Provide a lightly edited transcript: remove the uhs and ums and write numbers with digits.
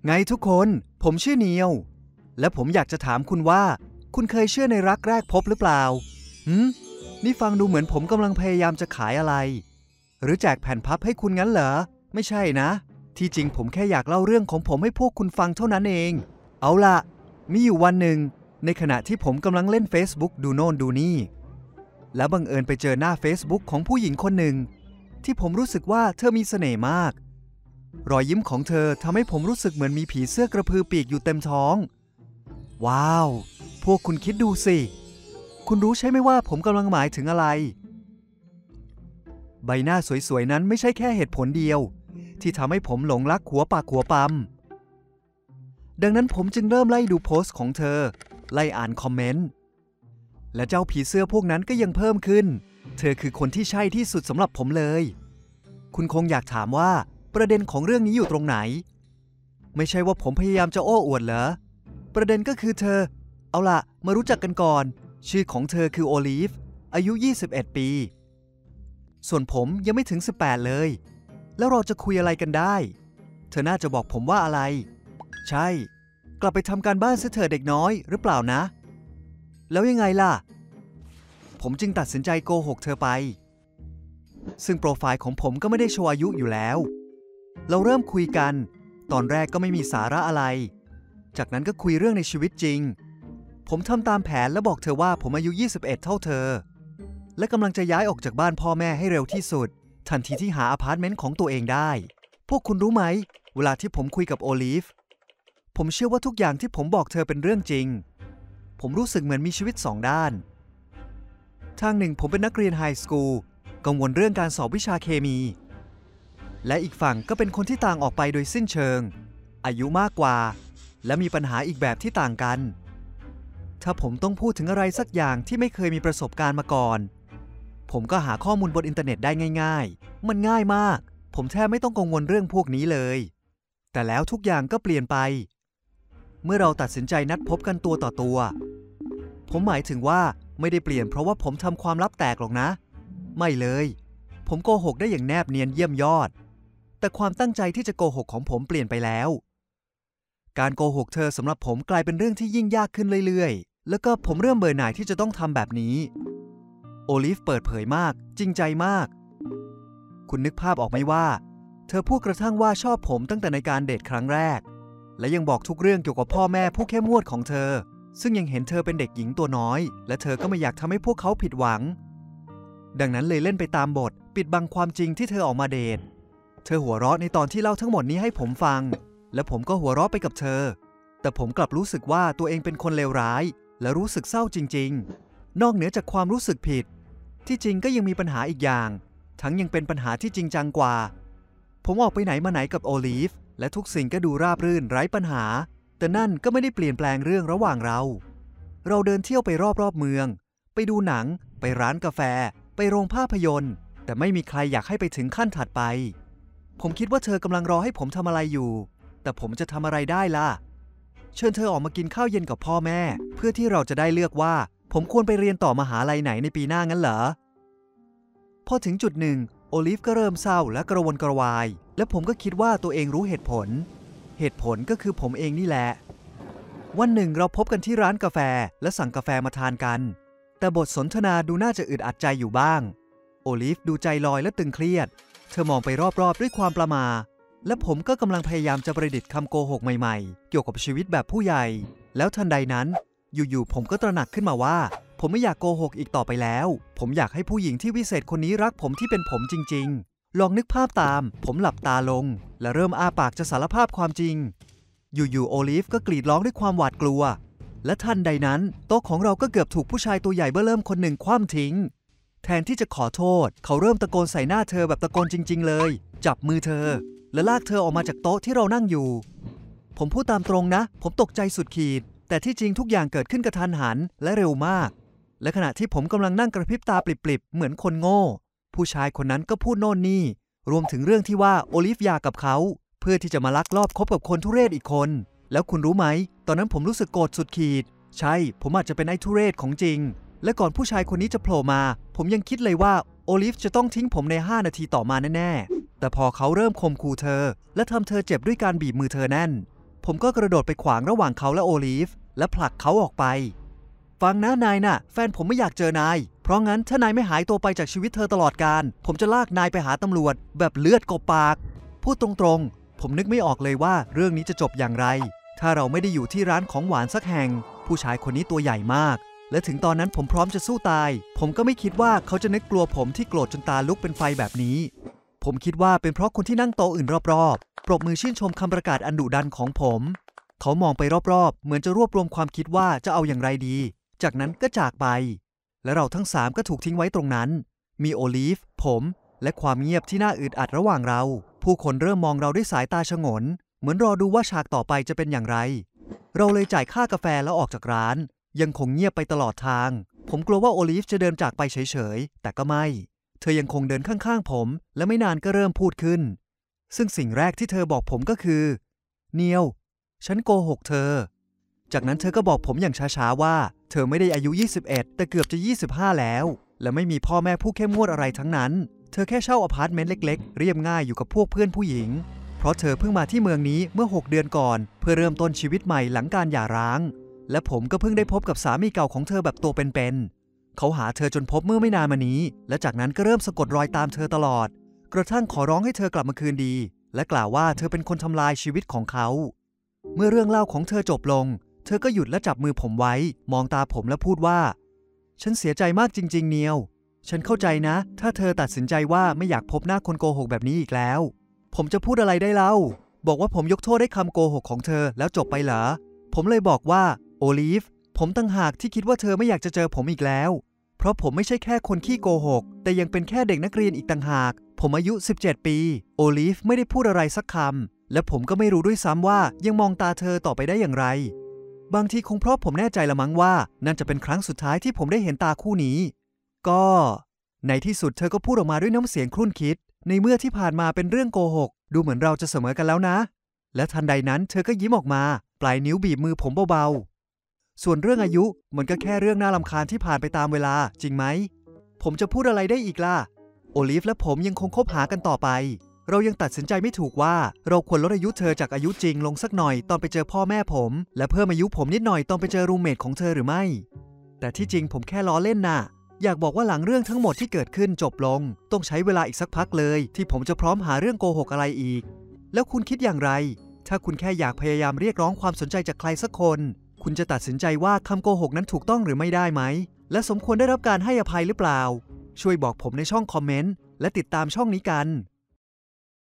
ไงทุกคนผมชื่อเนียวและผมอยากจะถามคุณว่าคุณเคยเชื่อในรักแรกพบหรือเปล่านี่ฟังดูเหมือนผมกำลังพยายามจะขายอะไรหรือแจกแผ่นพับให้คุณงั้นเหรอไม่ใช่นะที่จริงผมแค่อยากเล่าเรื่องของผมให้พวกคุณฟังเท่านั้นเองเอาล่ะมีอยู่วันหนึ่งในขณะที่ผมกำลังเล่น Facebook ดูโน่นดูนี่แล้วบังเอิญไปเจอหน้า Facebook ของผู้หญิงคนหนึ่งที่ผมรู้สึกว่าเธอมีเสน่ห์มากรอยยิ้มของเธอทำให้ผมรู้สึกเหมือนมีผีเสื้อกระพือปีกอยู่เต็มท้องว้าวพวกคุณคิดดูสิคุณรู้ใช่ไหมว่าผมกำลังหมายถึงอะไรใบหน้าสวยๆนั้นไม่ใช่แค่เหตุผลเดียวที่ทำให้ผมหลงรักหัวปากหัวปั๊มดังนั้นผมจึงเริ่มไล่ดูโพสต์ของเธอไล่อ่านคอมเมนต์และเจ้าผีเสื้อพวกนั้นก็ยังเพิ่มขึ้นเธอคือคนที่ใช่ที่สุดสำหรับผมเลยคุณคงอยากถามว่าประเด็นของเรื่องนี้อยู่ตรงไหนไม่ใช่ว่าผมพยายามจะโอ้อวดเหรอประเด็นก็คือเธอเอาล่ะมารู้จักกันก่อนชื่อของเธอคือโอลีฟอายุ21ปีส่วนผมยังไม่ถึง18เลยแล้วเราจะคุยอะไรกันได้เธอน่าจะบอกผมว่าอะไรใช่กลับไปทำการบ้านซะเถอะเด็กน้อยหรือเปล่านะแล้วยังไงล่ะผมจึงตัดสินใจโกหกเธอไปซึ่งโปรไฟล์ของผมก็ไม่ได้โชว์อายุอยู่แล้วเราเริ่มคุยกันตอนแรกก็ไม่มีสาระอะไรจากนั้นก็คุยเรื่องในชีวิตจริงผมทำตามแผนและบอกเธอว่าผมอายุ21เท่าเธอและกำลังจะย้ายออกจากบ้านพ่อแม่ให้เร็วที่สุดทันทีที่หาอพาร์ตเมนต์ของตัวเองได้พวกคุณรู้ไหมเวลาที่ผมคุยกับโอลีฟผมเชื่อว่าทุกอย่างที่ผมบอกเธอเป็นเรื่องจริงผมรู้สึกเหมือนมีชีวิต2ด้านทางหนึ่งผมเป็นนักเรียนไฮสคูลกังวลเรื่องการสอบวิชาเคมีและอีกฝั่งก็เป็นคนที่ต่างออกไปโดยสิ้นเชิงอายุมากกว่าและมีปัญหาอีกแบบที่ต่างกันถ้าผมต้องพูดถึงอะไรสักอย่างที่ไม่เคยมีประสบการณ์มาก่อนผมก็หาข้อมูลบนอินเทอร์เน็ตได้ง่ายๆมันง่ายมากผมแทบไม่ต้องกังวลเรื่องพวกนี้เลยแต่แล้วทุกอย่างก็เปลี่ยนไปเมื่อเราตัดสินใจนัดพบกันตัวต่อตัวผมหมายถึงว่าไม่ได้เปลี่ยนเพราะว่าผมทำความลับแตกหรอกนะไม่เลยผมโกหกได้อย่างแนบเนียนเยี่ยมยอดแต่ความตั้งใจที่จะโกหกของผมเปลี่ยนไปแล้วการโกหกเธอสำหรับผมกลายเป็นเรื่องที่ยิ่งยากขึ้นเรื่อยๆแล้วก็ผมเริ่มเบื่อหน่ายที่จะต้องทำแบบนี้โอลิฟเปิดเผยมากจริงใจมากคุณนึกภาพออกไหมว่าเธอพูดกระทั่งว่าชอบผมตั้งแต่ในการเดทครั้งแรกและยังบอกทุกเรื่องเกี่ยวกับพ่อแม่ผู้เข้มงวดของเธอซึ่งยังเห็นเธอเป็นเด็กหญิงตัวน้อยและเธอก็ไม่อยากทำให้พวกเขาผิดหวังดังนั้นเลยเล่นไปตามบทปิดบังความจริงที่เธอออกมาเดทเธอหัวเราะในตอนที่เล่าทั้งหมดนี้ให้ผมฟังและผมก็หัวเราะไปกับเธอแต่ผมกลับรู้สึกว่าตัวเองเป็นคนเลวร้ายและรู้สึกเศร้าจริงๆนอกเหนือจากความรู้สึกผิดที่จริงก็ยังมีปัญหาอีกอย่างทั้งยังเป็นปัญหาที่จริงจังกว่าผมออกไปไหนมาไหนกับโอลีฟและทุกสิ่งก็ดูราบรื่นไร้ปัญหาแต่นั่นก็ไม่ได้เปลี่ยนแปลงเรื่องระหว่างเราเดินเที่ยวไปรอบๆเมืองไปดูหนังไปร้านกาแฟไปโรงภาพยนตร์แต่ไม่มีใครอยากให้ไปถึงขั้นถัดไปผมคิดว่าเธอกำลังรอให้ผมทำอะไรอยู่แต่ผมจะทำอะไรได้ล่ะเชิญเธอออกมากินข้าวเย็นกับพ่อแม่เพื่อที่เราจะได้เลือกว่าผมควรไปเรียนต่อมหาลัยไหนในปีหน้างั้นเหรอพอถึงจุดหนึ่งโอลิฟก็เริ่มเศร้าและกระวนกระวายและผมก็คิดว่าตัวเองรู้เหตุผลก็คือผมเองนี่แหละวันหนึ่งเราพบกันที่ร้านกาแฟและสั่งกาแฟมาทานกันแต่บทสนทนาดูน่าจะอึดอัดใจอยู่บ้างโอลิฟดูใจลอยและตึงเครียดเธอมองไปรอบๆด้วยความประหม่าและผมก็กำลังพยายามจะประดิษฐ์คำโกหกใหม่ๆเกี่ยวกับชีวิตแบบผู้ใหญ่แล้วทันใดนั้นอยู่ๆผมก็ตระหนักขึ้นมาว่าผมไม่อยากโกหกอีกต่อไปแล้วผมอยากให้ผู้หญิงที่วิเศษคนนี้รักผมที่เป็นผมจริงๆลองนึกภาพตามผมหลับตาลงและเริ่มอ้าปากจะสารภาพความจริงอยู่ๆโอลิฟก็กรีดร้องด้วยความหวาดกลัวและทันใดนั้นโต๊ะของเราก็เกือบถูกผู้ชายตัวใหญ่เบ้อเริ่มคนหนึ่งคว่ำทิ้งแทนที่จะขอโทษเขาเริ่มตะโกนใส่หน้าเธอแบบตะโกนจริงๆเลยจับมือเธอและลากเธอออกมาจากโต๊ะที่เรานั่งอยู่ผมพูดตามตรงนะผมตกใจสุดขีดแต่ที่จริงทุกอย่างเกิดขึ้นกระทันหันและเร็วมากและขณะที่ผมกำลังนั่งกระพริบตาปลิบๆเหมือนคนโง่ผู้ชายคนนั้นก็พูดโน่นนี่รวมถึงเรื่องที่ว่าโอลิฟหย่ากับเขาเพื่อที่จะมาลักลอบคบกับคนทุเรศอีกคนแล้วคุณรู้ไหมตอนนั้นผมรู้สึกโกรธสุดขีดใช่ผมอาจจะเป็นไอ้ทุเรศของจริงและก่อนผู้ชายคนนี้จะโผล่มาผมยังคิดเลยว่าโอลิฟจะต้องทิ้งผมใน5 นาทีต่อมาแน่ๆแต่พอเขาเริ่มข่มขู่เธอและทำเธอเจ็บด้วยการบีบมือเธอแน่นผมก็กระโดดไปขวางระหว่างเขาและโอลีฟและผลักเขาออกไปฟังนะนายน่ะแฟนผมไม่อยากเจอนายเพราะงั้นถ้านายไม่หายตัวไปจากชีวิตเธอตลอดกาลผมจะลากนายไปหาตำรวจแบบเลือดกบปากพูดตรงๆผมนึกไม่ออกเลยว่าเรื่องนี้จะจบอย่างไรถ้าเราไม่ได้อยู่ที่ร้านของหวานสักแห่งผู้ชายคนนี้ตัวใหญ่มากและถึงตอนนั้นผมพร้อมจะสู้ตายผมก็ไม่คิดว่าเขาจะนึกกลัวผมที่โกรธจนตาลุกเป็นไฟแบบนี้ผมคิดว่าเป็นเพราะคนที่นั่งโต๊ะอื่นรอบๆปรบมือชื่นชมคำประกาศอันดุดันของผมเขามองไปรอบๆเหมือนจะรวบรวมความคิดว่าจะเอาอย่างไรดีจากนั้นก็จากไปและเราทั้งสามก็ถูกทิ้งไว้ตรงนั้นมีโอลีฟผมและความเงียบที่น่าอึดอัดระหว่างเราผู้คนเริ่มมองเราด้วยสายตาฉงนเหมือนรอดูว่าฉากต่อไปจะเป็นอย่างไรเราเลยจ่ายค่ากาแฟแล้วออกจากร้านยังคงเงียบไปตลอดทางผมกลัวว่าโอลีฟจะเดินจากไปเฉยๆแต่ก็ไม่เธอยังคงเดินข้างๆผมและไม่นานก็เริ่มพูดขึ้นซึ่งสิ่งแรกที่เธอบอกผมก็คือเนียวฉันโกหกเธอจากนั้นเธอก็บอกผมอย่างช้าๆว่าเธอไม่ได้อายุ21แต่เกือบจะ25แล้วและไม่มีพ่อแม่ผู้เข้มงวดอะไรทั้งนั้นเธอแค่เช่าอพาร์ตเมนต์เล็กๆเรียบง่ายอยู่กับพวกเพื่อนผู้หญิงเพราะเธอเพิ่งมาที่เมืองนี้เมื่อ6 เดือนก่อนเพื่อเริ่มต้นชีวิตใหม่หลังการหย่าร้างและผมก็เพิ่งได้พบกับสามีเก่าของเธอแบบตัวเป็นๆเขาหาเธอจนพบเมื่อไม่นานมานี้และจากนั้นก็เริ่มสะกดรอยตามเธอตลอดกระทั่งขอร้องให้เธอกลับมาคืนดีและกล่าวว่าเธอเป็นคนทำลายชีวิตของเขาเมื่อเรื่องเล่าของเธอจบลงเธอก็หยุดและจับมือผมไว้มองตาผมและพูดว่าฉันเสียใจมากจริงๆเนียวฉันเข้าใจนะถ้าเธอตัดสินใจว่าไม่อยากพบหน้าคนโกหกแบบนี้อีกแล้วผมจะพูดอะไรได้เล่าบอกว่าผมยกโทษให้คำโกหกของเธอแล้วจบไปเหรอผมเลยบอกว่าโอลีฟผมต่างหากที่คิดว่าเธอไม่อยากจะเจอผมอีกแล้วเพราะผมไม่ใช่แค่คนขี้โกหกแต่ยังเป็นแค่เด็กนักเรียนอีกต่างหากผมอายุ17 ปีโอลีฟไม่ได้พูดอะไรสักคำและผมก็ไม่รู้ด้วยซ้ำว่ายังมองตาเธอต่อไปได้อย่างไรบางทีคงเพราะผมแน่ใจละมั้งว่านั่นจะเป็นครั้งสุดท้ายที่ผมได้เห็นตาคู่นี้ก็ในที่สุดเธอก็พูดออกมาด้วยน้ำเสียงครุ่นคิดในเมื่อที่ผ่านมาเป็นเรื่องโกหกดูเหมือนเราจะเสมอกันแล้วนะและทันใดนั้นเธอก็ยิ้มออกมาปลายนิ้วบีบมือผมเบาๆส่วนเรื่องอายุมันก็แค่เรื่องน่ารำคาญที่ผ่านไปตามเวลาจริงไหมผมจะพูดอะไรได้อีกล่ะโอลิฟและผมยังคงคบหากันต่อไปเรายังตัดสินใจไม่ถูกว่าเราควรลดอายุเธอจากอายุจริงลงสักหน่อยตอนไปเจอพ่อแม่ผมและเพิ่มอายุผมนิดหน่อยตอนไปเจอรูมเมทของเธอหรือไม่แต่ที่จริงผมแค่ล้อเล่นน่ะอยากบอกว่าหลังเรื่องทั้งหมดที่เกิดขึ้นจบลงต้องใช้เวลาอีกสักพักเลยที่ผมจะพร้อมหาเรื่องโกหกอะไรอีกแล้วคุณคิดอย่างไรถ้าคุณแค่อยากพยายามเรียกร้องความสนใจจากใครสักคนคุณจะตัดสินใจว่าคำโกหกนั้นถูกต้องหรือไม่ได้ไหมและสมควรได้รับการให้อภัยหรือเปล่าช่วยบอกผมในช่องคอมเมนต์และติดตามช่องนี้กัน